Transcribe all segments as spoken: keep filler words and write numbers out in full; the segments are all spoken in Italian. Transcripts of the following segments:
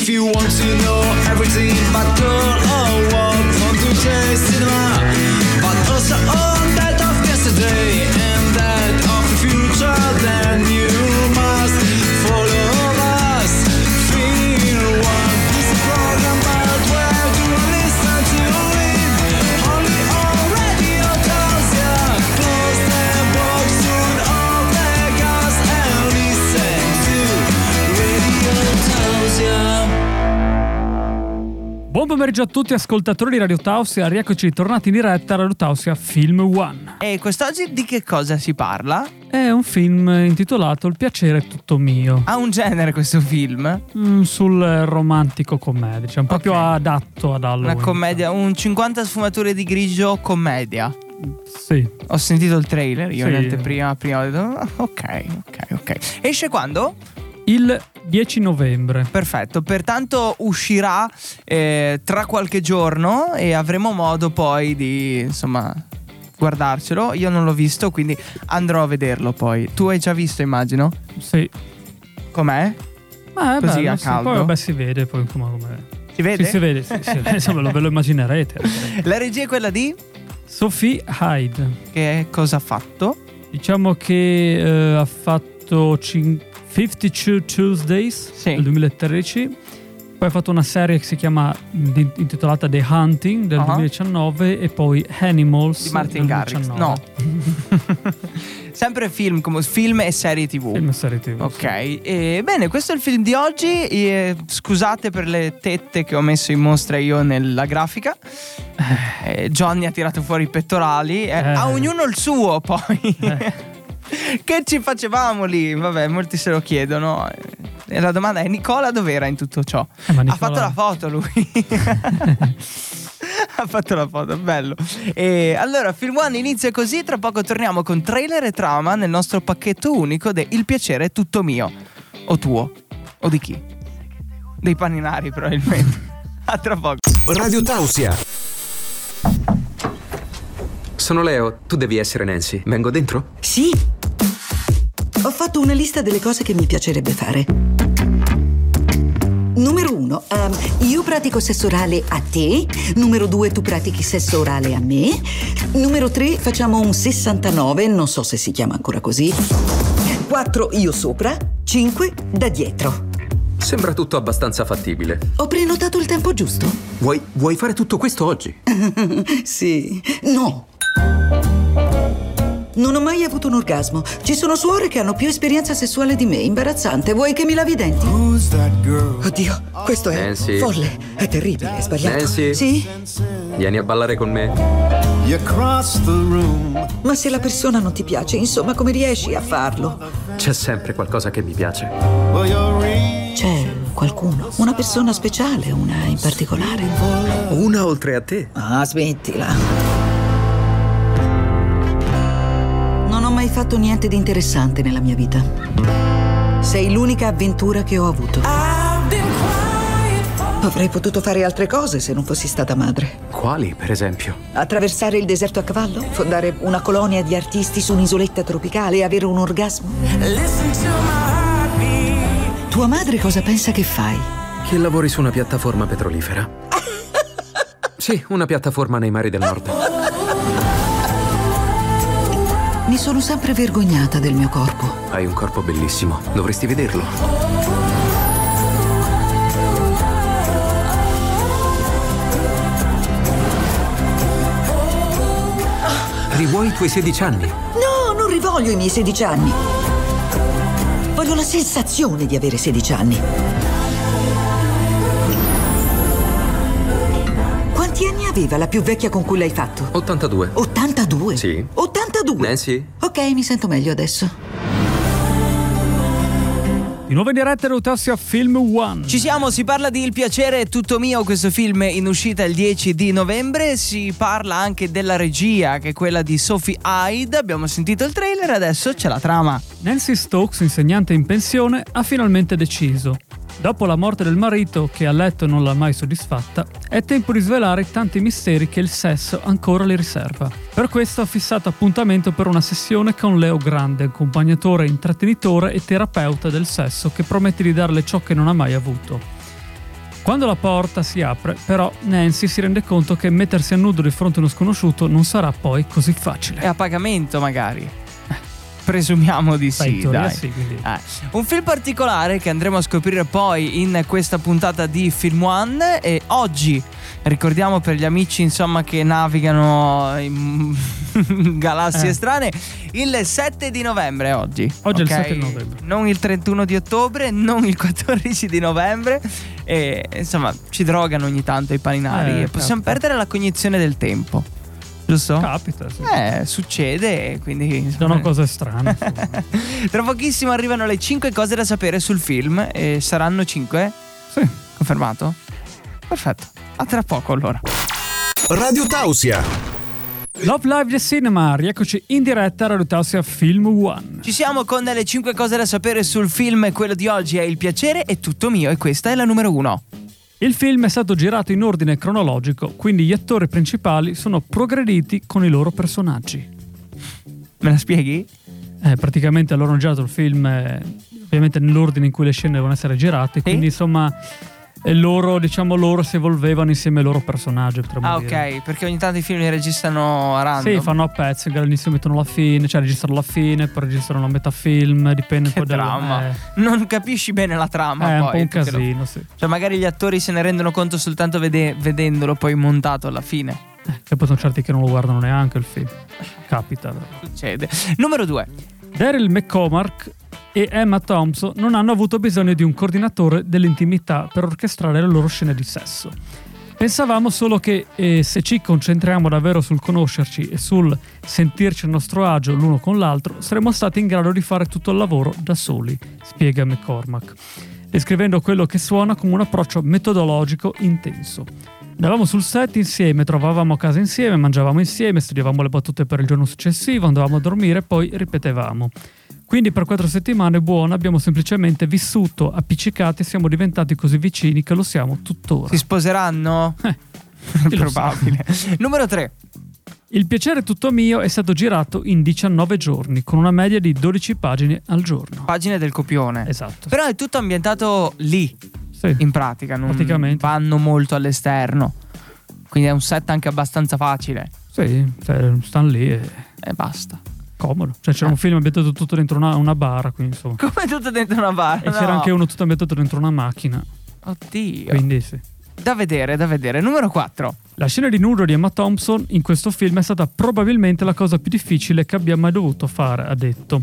If you want to know everything about girl or what from today's cinema, but also on that of yesterday and that of the future, then you must follow us. Feel one. This program about where do you listen to it? Only on Radio Tausia. Close the box, soon all the gas and listen to Radio Tausia. Buon pomeriggio a tutti ascoltatori di Radio Tausia, rieccoci ritornati in diretta a Radio Tausia Film One. E quest'oggi di che cosa si parla? È un film intitolato Il piacere è tutto mio. Ha un genere questo film? Mm, sul romantico commedia, cioè proprio Ok. adatto ad Halloween. Una commedia, un cinquanta sfumature di grigio commedia. Sì. Ho sentito il trailer io Sì. in anteprima, prima ho detto ah, ok, ok, ok. Esce quando? Il dieci novembre. Perfetto, pertanto uscirà eh, tra qualche giorno e avremo modo poi di, insomma, guardarcelo. Io non l'ho visto, quindi andrò a vederlo poi. Tu hai già visto, immagino? Sì. Com'è? Ma è Così bello, a sì. caldo? Poi vabbè si vede poi come, come... Si vede? Sì, si vede, sì, sì. Insomma, lo- ve lo immaginerete. La regia è quella di? Sophie Hyde. Che cosa ha fatto? Diciamo che eh, ha fatto cin- cinquantadue Tuesdays Sì. nel duemilatredici. Poi ha fatto una serie che si chiama di- intitolata The Hunting del Uh-huh. duemiladiciannove e poi Animals Di Martin del Garrix. duemiladiciannove. No. Sempre film, come film e serie tv. Film e serie tivù. Ok, e bene, questo è il film di oggi. E scusate per le tette che ho messo in mostra io nella grafica. Eh, Johnny ha tirato fuori i pettorali. eh, Eh. A ognuno il suo, poi. Eh. Che ci facevamo lì? Vabbè, molti se lo chiedono. E la domanda è: Nicola dov'era in tutto ciò? Eh, ma Ha Nicola- fatto la foto lui. Ha fatto la foto, bello. E allora Film One inizia così. Tra poco torniamo con trailer e trama nel nostro pacchetto unico de Il piacere è tutto mio. O tuo. O di chi? Dei paninari probabilmente. A tra poco. Radio Tausia. Sono Leo, tu devi essere Nancy. Vengo dentro? Sì. Ho fatto una lista delle cose che mi piacerebbe fare. Numero uno, ehm, io pratico sesso orale a te. Numero due, tu pratichi sesso orale a me. Numero tre, facciamo un sessantanove, non so se si chiama ancora così. Quattro, io sopra. Cinque, da dietro. Sembra tutto abbastanza fattibile. Ho prenotato il tempo giusto? Vuoi, vuoi fare tutto questo oggi? Sì. No. Non ho mai avuto un orgasmo. Ci sono suore che hanno più esperienza sessuale di me. Imbarazzante. Vuoi che mi lavi i denti? Oddio, questo è Nancy. folle. È terribile, è sbagliato. Nancy. Sì? Vieni a ballare con me. Ma se la persona non ti piace, insomma, come riesci a farlo? C'è sempre qualcosa che mi piace. C'è qualcuno, una persona speciale, una in particolare. Una oltre a te. Ah, smettila. Non ho mai fatto niente di interessante nella mia vita. Sei l'unica avventura che ho avuto. Avrei potuto fare altre cose se non fossi stata madre. Quali, per esempio? Attraversare il deserto a cavallo, fondare una colonia di artisti su un'isoletta tropicale e avere un orgasmo. Tua madre cosa pensa che fai? Che lavori su una piattaforma petrolifera. Sì, una piattaforma nei mari del nord. Mi sono sempre vergognata del mio corpo. Hai un corpo bellissimo, dovresti vederlo. Rivuoi i tuoi sedici anni? No, non rivoglio i miei sedici anni. Voglio la sensazione di avere sedici anni. Quanti anni aveva la più vecchia con cui l'hai fatto? ottantadue. ottantadue? Sì. ottantadue? Nancy? Ok, mi sento meglio adesso. Di nuovo in diretta a Radio Tausia Film One. Ci siamo, si parla di Il piacere è tutto mio, questo film in uscita il dieci di novembre. Si parla anche della regia, che è quella di Sophie Hyde. Abbiamo sentito il trailer, adesso c'è la trama. Nancy Stokes, insegnante in pensione, ha finalmente deciso. Dopo la morte del marito, che a letto non l'ha mai soddisfatta, è tempo di svelare tanti misteri che il sesso ancora le riserva. Per questo ha fissato appuntamento per una sessione con Leo Grande, accompagnatore, intrattenitore e terapeuta del sesso che promette di darle ciò che non ha mai avuto. Quando la porta si apre, però, Nancy si rende conto che mettersi a nudo di fronte a uno sconosciuto non sarà poi così facile. È a pagamento magari. Presumiamo di sì, in teoria dai. sì, quindi. Eh, un film particolare che andremo a scoprire poi in questa puntata di Film One. E oggi, ricordiamo per gli amici insomma che navigano in galassie Eh. strane, il sette di novembre oggi. Oggi è il ok? sette di novembre. Non il trentuno di ottobre, non il quattordici di novembre. E insomma ci drogano ogni tanto i paninari Eh, e possiamo capita. perdere la cognizione del tempo. Giusto? Capita, sì. Eh, succede e quindi Sono cose strane. insomma. Tra pochissimo arrivano le cinque cose da sapere sul film. E saranno cinque? Sì. Confermato? Perfetto. A tra poco allora. Radio Tausia. Love Live the Cinema, rieccoci in diretta a Radio Tausia Film One. Ci siamo con le cinque cose da sapere sul film. Quello di oggi è Il piacere è tutto mio e questa è la numero uno. Il film è stato girato in ordine cronologico, quindi gli attori principali sono progrediti con i loro personaggi. Me la spieghi? Eh, praticamente loro hanno girato il film eh, ovviamente nell'ordine in cui le scene devono essere girate, quindi insomma e loro, diciamo, loro si evolvevano insieme ai loro personaggi, potremmo Ah, dire. ok, perché ogni tanto i film li registrano a random. Sì, fanno a pezzi, all'inizio mettono la fine, cioè registrano la fine, poi registrano a metà film, dipende Che un po' dal dramma. eh, Non capisci bene la trama è un poi. po' un perché lo- casino, sì. Cioè magari gli attori se ne rendono conto soltanto vede- vedendolo poi montato alla fine. E poi sono certi che non lo guardano neanche il film. Capita. Succede. Numero due. Daryl McCormack e Emma Thompson non hanno avuto bisogno di un coordinatore dell'intimità per orchestrare le loro scene di sesso. Pensavamo solo che eh, se ci concentriamo davvero sul conoscerci e sul sentirci a nostro agio l'uno con l'altro, saremmo stati in grado di fare tutto il lavoro da soli, spiega McCormack, descrivendo quello che suona come un approccio metodologico intenso. Andavamo sul set insieme, trovavamo a casa insieme, mangiavamo insieme, studiavamo le battute per il giorno successivo, andavamo a dormire e poi ripetevamo. Quindi per quattro settimane buone abbiamo semplicemente vissuto appiccicati e siamo diventati così vicini che lo siamo tuttora. Si sposeranno? Eh, chi lo sa. Probabile. Numero tre. Il piacere tutto mio è stato girato in diciannove giorni, con una media di dodici pagine al giorno. Pagine del copione. Esatto. Però è tutto ambientato lì, Sì. in pratica. Non Praticamente. vanno molto all'esterno. Quindi è un set anche abbastanza facile. Sì, cioè, stanno lì e E basta. comodo. Cioè c'era Eh. un film ambientato tutto dentro una, una bara, quindi insomma. Come tutto dentro una barra. E c'era no. anche uno tutto ambientato dentro una macchina. Oddio. Quindi sì. Da vedere, da vedere. Numero quattro. La scena di nudo di Emma Thompson in questo film è stata probabilmente la cosa più difficile che abbia mai dovuto fare, ha detto.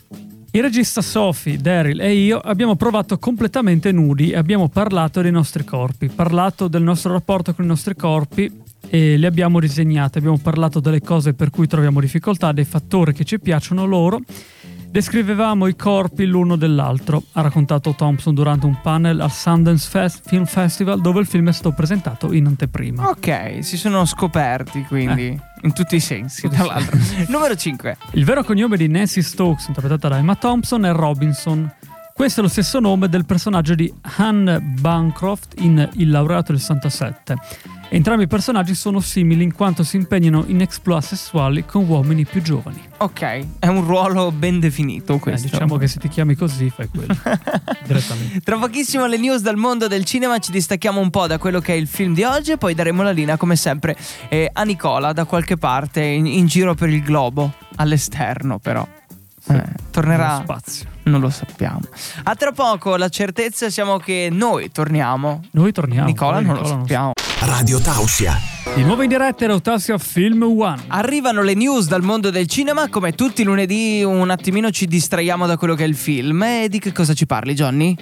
Il regista Sophie, Daryl e io abbiamo provato completamente nudi e abbiamo parlato dei nostri corpi, parlato del nostro rapporto con i nostri corpi e li abbiamo disegnati, abbiamo parlato delle cose per cui troviamo difficoltà, dei fattori che ci piacciono loro. Descrivevamo i corpi l'uno dell'altro, ha raccontato Thompson durante un panel al Sundance Fest- Film Festival dove il film è stato presentato in anteprima. Ok, si sono scoperti quindi. In tutti i sensi, tra l'altro. Numero cinque. Il vero cognome di Nancy Stokes, interpretata da Emma Thompson, è Robinson. Questo è lo stesso nome del personaggio di Anne Bancroft in Il laureato del sessantasette. Entrambi i personaggi sono simili in quanto si impegnano in exploit sessuali con uomini più giovani. Ok, è un ruolo ben definito Eh, questo. diciamo che se ti chiami così fai quello. Direttamente. Tra pochissimo le news dal mondo del cinema, ci distacchiamo un po' da quello che è il film di oggi e poi daremo la linea come sempre eh, a Nicola da qualche parte in, in giro per il globo, all'esterno però. Eh, tornerà Nello spazio. Non lo sappiamo. A tra poco, la certezza siamo che noi torniamo. Noi torniamo. Nicola poi non Nicola lo non sappiamo. Radio Tausia. Di nuovo in diretta era Tausia Film One. Arrivano le news dal mondo del cinema. Come tutti i lunedì un attimino ci distraiamo da quello che è il film. E di che cosa ci parli, Johnny?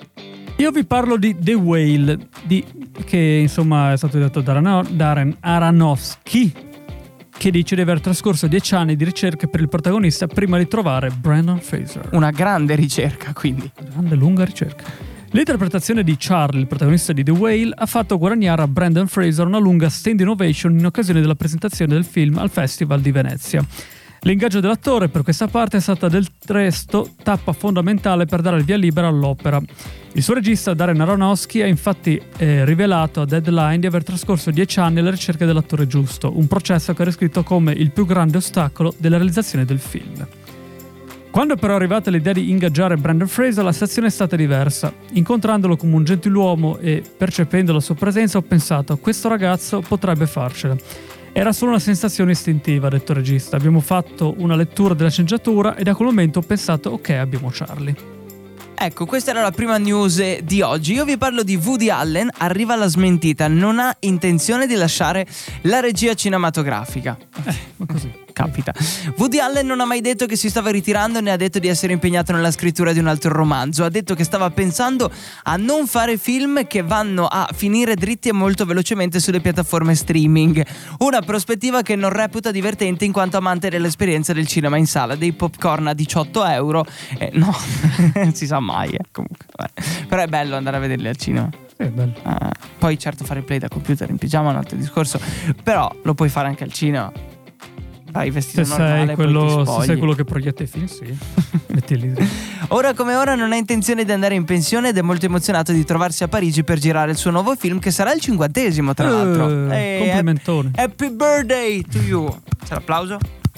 Io vi parlo di The Whale, di, che insomma è stato detto da Darren, Darren Aronofsky, che dice di aver trascorso dieci anni di ricerche per il protagonista prima di trovare Brendan Fraser. Una grande ricerca, quindi. Grande lunga ricerca. L'interpretazione di Charlie, il protagonista di The Whale, ha fatto guadagnare a Brendan Fraser una lunga standing ovation in occasione della presentazione del film al Festival di Venezia. L'ingaggio dell'attore per questa parte è stata del resto tappa fondamentale per dare il via libera all'opera. Il suo regista Darren Aronofsky ha infatti eh, rivelato a Deadline di aver trascorso dieci anni alla ricerca dell'attore giusto, un processo che ha descritto come il più grande ostacolo della realizzazione del film. Quando però è arrivata l'idea di ingaggiare Brendan Fraser, la situazione è stata diversa. Incontrandolo come un gentiluomo e percependo la sua presenza, ho pensato: questo ragazzo potrebbe farcela. Era solo una sensazione istintiva, ha detto il regista. Abbiamo fatto una lettura della sceneggiatura e da quel momento ho pensato: ok, abbiamo Charlie. Ecco, questa era la prima news di oggi. Io vi parlo di Woody Allen. Arriva la smentita: non ha intenzione di lasciare la regia cinematografica. Eh, ma così. Capita. Woody Allen non ha mai detto che si stava ritirando, né ha detto di essere impegnato nella scrittura di un altro romanzo. Ha detto che stava pensando a non fare film che vanno a finire dritti e molto velocemente sulle piattaforme streaming. Una prospettiva che non reputa divertente in quanto amante dell'esperienza del cinema in sala, dei popcorn a diciotto euro. Eh, no, non si sa mai, eh, comunque. Vabbè. Però è bello andare a vederli al cinema. È bello. Uh, poi certo fare play da computer in pigiama è un altro discorso, però lo puoi fare anche al cinema. Vai vestito se normale, sei quello, poi ti se spogli. sei quello che proietta i film, sì. Metti lì. Ora come ora non ha intenzione di andare in pensione ed è molto emozionato di trovarsi a Parigi per girare il suo nuovo film, che sarà il cinquantesimo tra l'altro. Eh, complimentone. Happy birthday to you. C'è l'applauso?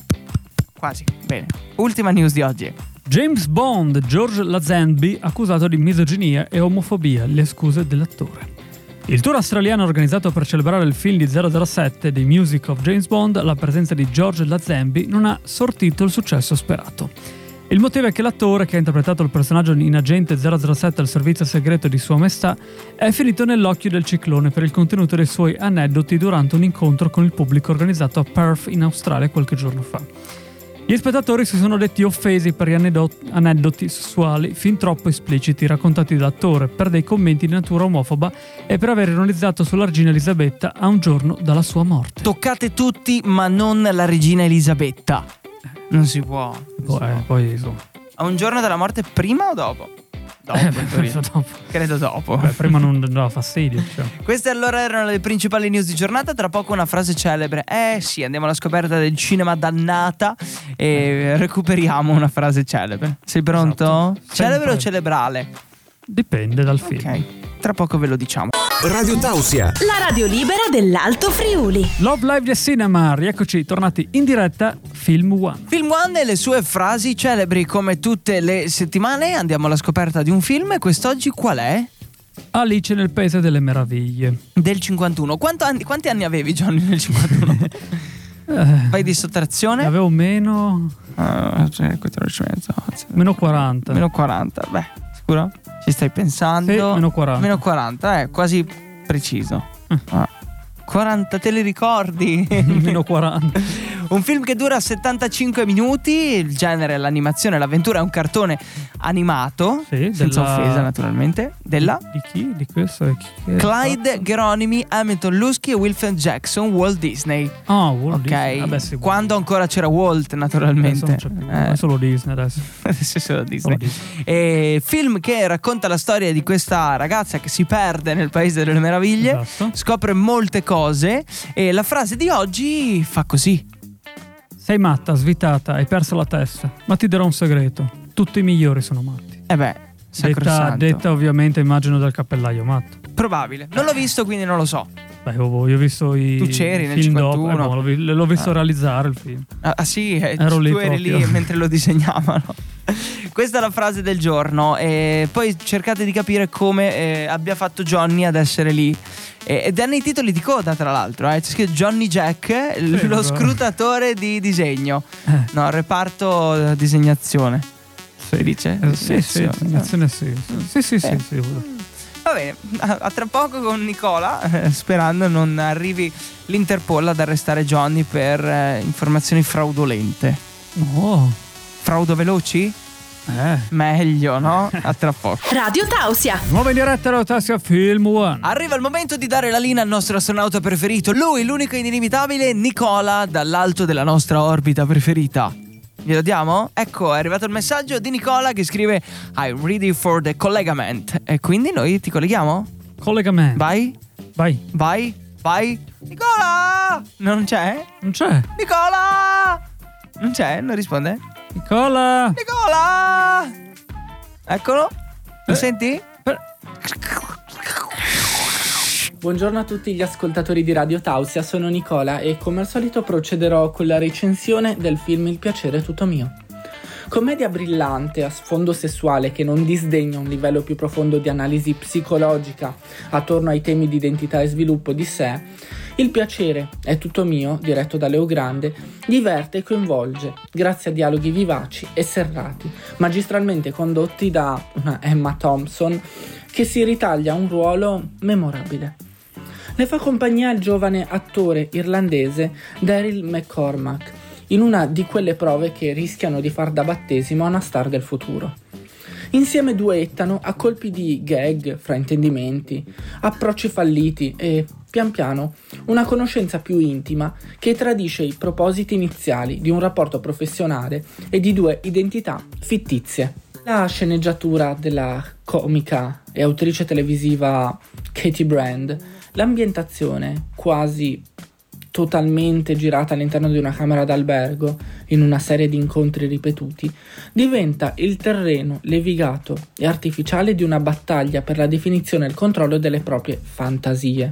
Quasi. Bene. Ultima news di oggi. James Bond, George Lazenby, accusato di misoginia e omofobia, le scuse dell'attore. Il tour australiano organizzato per celebrare il film di zero zero sette The Music of James Bond, la presenza di George Lazenby non ha sortito il successo sperato. Il motivo è che l'attore, che ha interpretato il personaggio in agente zero zero sette al servizio segreto di Sua Maestà, è finito nell'occhio del ciclone per il contenuto dei suoi aneddoti durante un incontro con il pubblico organizzato a Perth in Australia qualche giorno fa. Gli spettatori si sono detti offesi per gli aneddoti sessuali fin troppo espliciti raccontati dall'attore, per dei commenti di natura omofoba e per aver ironizzato sulla regina Elisabetta a un giorno dalla sua morte. Toccate tutti, ma non la regina Elisabetta. Non si può. Non Poi, si eh, può. poi insomma. A un giorno dalla morte, prima o dopo? Dopo, Eh, in teoria. dopo. Credo dopo. Beh, prima non dava fastidio. Cioè. Queste allora erano le principali news di giornata. Tra poco una frase celebre. Eh sì, andiamo alla scoperta del cinema dannata e recuperiamo una frase celebre. Sei pronto? Esatto. Celebre Sempre. o celebrale? Dipende dal film. Ok, tra poco ve lo diciamo. Radio Tausia. La radio libera dell'Alto Friuli. Love Live di Cinema, rieccoci tornati in diretta. Film One. Film One e le sue frasi celebri. Come tutte le settimane andiamo alla scoperta di un film. E quest'oggi qual è? Alice nel Paese delle Meraviglie. Del cinquantuno. Quanto anni, quanti anni avevi, Johnny, nel cinquantuno? Eh, Vai di sottrazione? avevo meno Ah, cioè, quattordici e mezzo. meno quaranta. Meno quaranta. Beh, sicuro? Ci stai pensando? Sì, meno quaranta. Meno quaranta, eh, quasi preciso. Ah. quaranta, te li ricordi? Meno quaranta. Un film che dura settantacinque minuti. Il genere, l'animazione, l'avventura è un cartone animato. Sì, senza della- offesa, naturalmente. Della Di chi? Di questo? Chi che Clyde Geronimi, Hamilton Lusky e Wilfred Jackson, Walt Disney. Ah, Walt Ok, Disney. Vabbè, sì, quando ancora c'era Walt, naturalmente. adesso non c'è più. Eh, È solo Disney adesso. adesso è solo Disney. Solo Disney. E film che racconta la storia di questa ragazza che si perde nel Paese delle Meraviglie, Esatto. scopre molte cose e la frase di oggi fa così. Sei matta, svitata, hai perso la testa. Ma ti dirò un segreto. Tutti i migliori sono matti. Eh beh, Detta, sacrosanto. detta ovviamente immagino dal cappellaio matto. Probabile. Non l'ho visto, quindi non lo so. Beh, io, io ho visto i Tu c'eri nel film dopo. cinquantuno? Eh, no, l'ho, vi- l'ho visto Ah. realizzare il film. Ah, ah, sì, eh, Ero tu lì eri proprio. lì mentre lo disegnavano. Questa è la frase del giorno. E poi cercate di capire come eh, abbia fatto Johnny ad essere lì. E- Ed è nei titoli di coda, tra l'altro. Eh. C'è scritto Johnny Jack, l- Sì, lo però- scrutatore di disegno. Eh. No, reparto eh, disegnazione. Si dice? Eh, sì, sì, Disegnazione. disegnazione sì. Sì, sì, sì, Eh. sì, sì. Va bene, a, a tra poco con Nicola, eh, sperando non arrivi l'Interpol ad arrestare Johnny per eh, informazioni fraudolente. Oh, Fraudo veloci? eh. Meglio, no? A tra poco. Radio Tausia. Nuova in diretta alla Tassia Film One. Arriva il momento di dare la linea al nostro astronauta preferito. Lui, l'unico e inimitabile Nicola, dall'alto della nostra orbita preferita. Glielo diamo? Ecco, è arrivato il messaggio di Nicola che scrive I'm ready for the collegament. E quindi noi ti colleghiamo? Collegamento. Vai, Vai. vai, vai. Nicola! Non c'è? Non c'è. Nicola! Non c'è? Non risponde? Nicola. Nicola! Eccolo. Lo Eh. senti? Buongiorno a tutti gli ascoltatori di Radio Tausia, sono Nicola e come al solito procederò con la recensione del film Il piacere è tutto mio. Commedia brillante a sfondo sessuale che non disdegna un livello più profondo di analisi psicologica attorno ai temi di identità e sviluppo di sé, Il piacere è tutto mio, diretto da Leo Grande, diverte e coinvolge grazie a dialoghi vivaci e serrati, magistralmente condotti da una Emma Thompson che si ritaglia un ruolo memorabile. Le fa compagnia il giovane attore irlandese Daryl McCormack in una di quelle prove che rischiano di far da battesimo a una star del futuro. Insieme duettano a colpi di gag, fraintendimenti, approcci falliti e, pian piano, una conoscenza più intima che tradisce i propositi iniziali di un rapporto professionale e di due identità fittizie. La sceneggiatura della comica e autrice televisiva Katie Brand, l'ambientazione quasi totalmente girata all'interno di una camera d'albergo in una serie di incontri ripetuti, diventa il terreno levigato e artificiale di una battaglia per la definizione e il controllo delle proprie fantasie.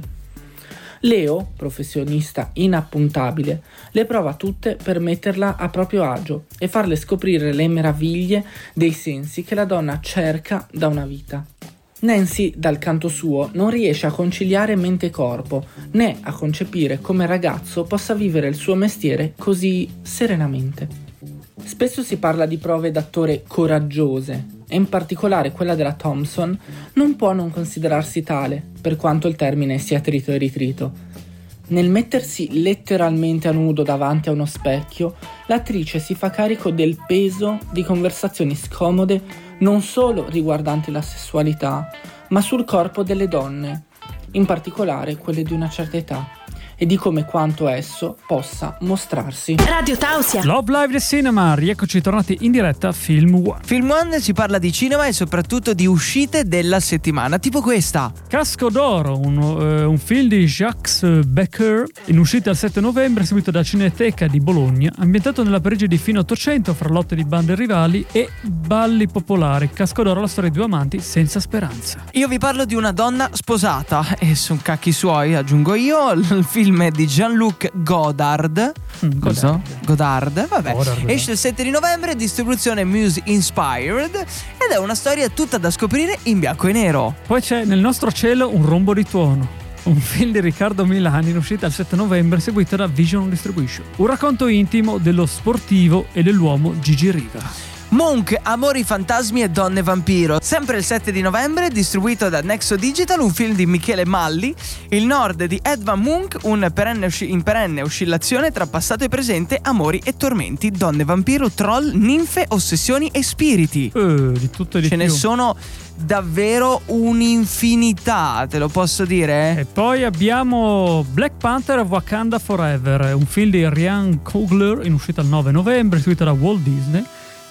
Leo, professionista inappuntabile, le prova tutte per metterla a proprio agio e farle scoprire le meraviglie dei sensi che la donna cerca da una vita. Nancy, dal canto suo, non riesce a conciliare mente e corpo, né a concepire come ragazzo possa vivere il suo mestiere così serenamente. Spesso si parla di prove d'attore coraggiose, e in particolare quella della Thompson non può non considerarsi tale, per quanto il termine sia trito e ritrito. Nel mettersi letteralmente a nudo davanti a uno specchio, l'attrice si fa carico del peso di conversazioni scomode non solo riguardanti la sessualità, ma sul corpo delle donne, in particolare quelle di una certa età, e di come quanto esso possa mostrarsi. Radio Tausia. Love Live The Cinema, rieccoci tornati in diretta a Film One. Film One ci parla di cinema e soprattutto di uscite della settimana, tipo questa. Casco d'Oro, un, uh, un film di Jacques Becker, in uscita il sette novembre, seguito da Cineteca di Bologna, ambientato nella Parigi di fine Ottocento, fra lotte di bande rivali e balli popolari. Casco d'Oro, la storia di due amanti senza speranza. Io vi parlo di una donna sposata, e son cacchi suoi, aggiungo io. Il film è di Jean-Luc Godard. Mm, Non so, Godard, vabbè. Godard, Esce il sette di novembre, distribuzione Muse Inspired, ed è una storia tutta da scoprire in bianco e nero. Poi c'è Nel nostro cielo un rombo di tuono, un film di Riccardo Milani in uscita il sette novembre, seguito da Vision Distribution. Un racconto intimo dello sportivo e dell'uomo Gigi Riva. Monk, Amori, Fantasmi e Donne Vampiro, sempre il sette di novembre, distribuito da Nexo Digital, un film di Michele Malli. Il Nord di Ed Van Munch, un perenne usci- in perenne oscillazione tra passato e presente, amori e tormenti, donne, vampiro, troll, ninfe, ossessioni e spiriti. Eh, di tutto e di Ce più. ne sono davvero un'infinità, te lo posso dire? E poi abbiamo Black Panther Wakanda Forever, un film di Ryan Coogler in uscita il nove novembre, seguito da Walt Disney.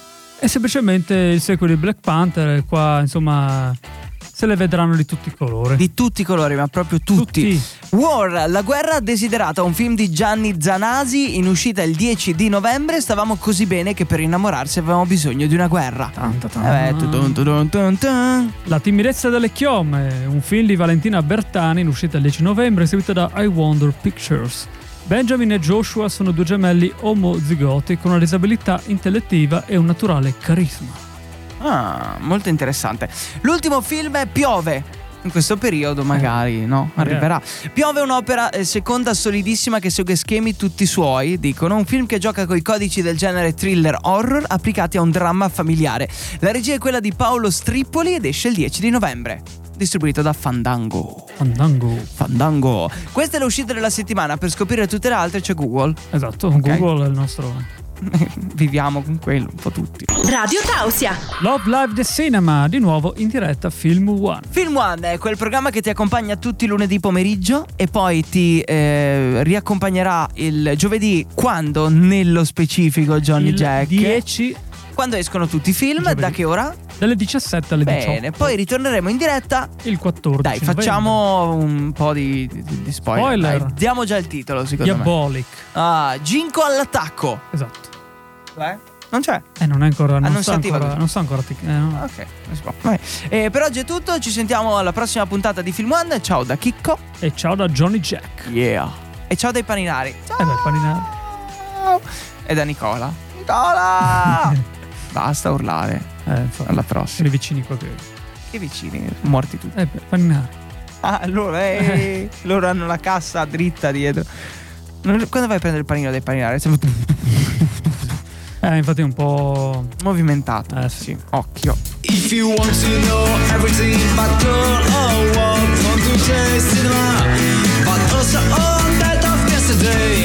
È semplicemente il sequel di Black Panther, e qua insomma se le vedranno di tutti i colori. Di tutti i colori, ma proprio tutti. Tutti. War, la guerra desiderata, un film di Gianni Zanasi in uscita il dieci di novembre. Stavamo così bene che per innamorarsi avevamo bisogno di una guerra. Tanta, tanta. Eh beh, tudun, tudun, tudun, tudun. La timidezza delle chiome, un film di Valentina Bertani in uscita il dieci novembre, seguito da I Wonder Pictures. Benjamin e Joshua sono due gemelli omozigoti con una disabilità intellettiva e un naturale carisma. Ah, molto interessante. L'ultimo film è Piove. In questo periodo magari, no? Arriverà. Piove è un'opera eh, seconda solidissima che segue schemi tutti suoi, dicono. Un film che gioca coi codici del genere thriller horror applicati a un dramma familiare. La regia è quella di Paolo Strippoli ed esce il dieci di novembre. Distribuito da Fandango. Fandango. Fandango. Questa è l'uscita della settimana. Per scoprire tutte le altre c'è Google. Esatto, Ok. Google è il nostro. Viviamo con quello un po' tutti. Radio Tausia. Love Live The Cinema, di nuovo in diretta Film One. Film One è quel programma che ti accompagna tutti i lunedì pomeriggio e poi ti eh, riaccompagnerà il giovedì, quando nello specifico Johnny Il Jack dieci quando escono tutti i film. Giovedì. Da che ora? dalle diciassette alle Bene, diciotto. poi ritorneremo in diretta. Il quattordici Dai, facciamo un po' di, di, di spoiler, Spoiler. Dai, diamo già il titolo secondo Diabolic. me. Ah, Ginko all'attacco. Esatto. Eh? Non c'è. Eh, non è ancora. Non, non sta si attiva ancora. così. Non sta ancora. tic- eh, no. Ok, non si può. Vabbè. Eh, per oggi è tutto, ci sentiamo alla prossima puntata di Film One. Ciao da Chicco. E ciao da Johnny Jack. Yeah. E ciao dai paninari. Ciao. Eh beh, paninari. E da Nicola. Nicola! Basta urlare. Eh, infatti. Alla I prossima. vicini qua che... Che vicini, morti tutti. Eh, paninari. Ah, allora, eh, loro hanno la cassa dritta dietro. Non- Quando vai a prendere il panino dei paninari? Sembra Eh, infatti è un po'... movimentato. Eh, sì. Occhio. If you want to know everything about girl or what, want to taste cinema, but also on that of yesterday,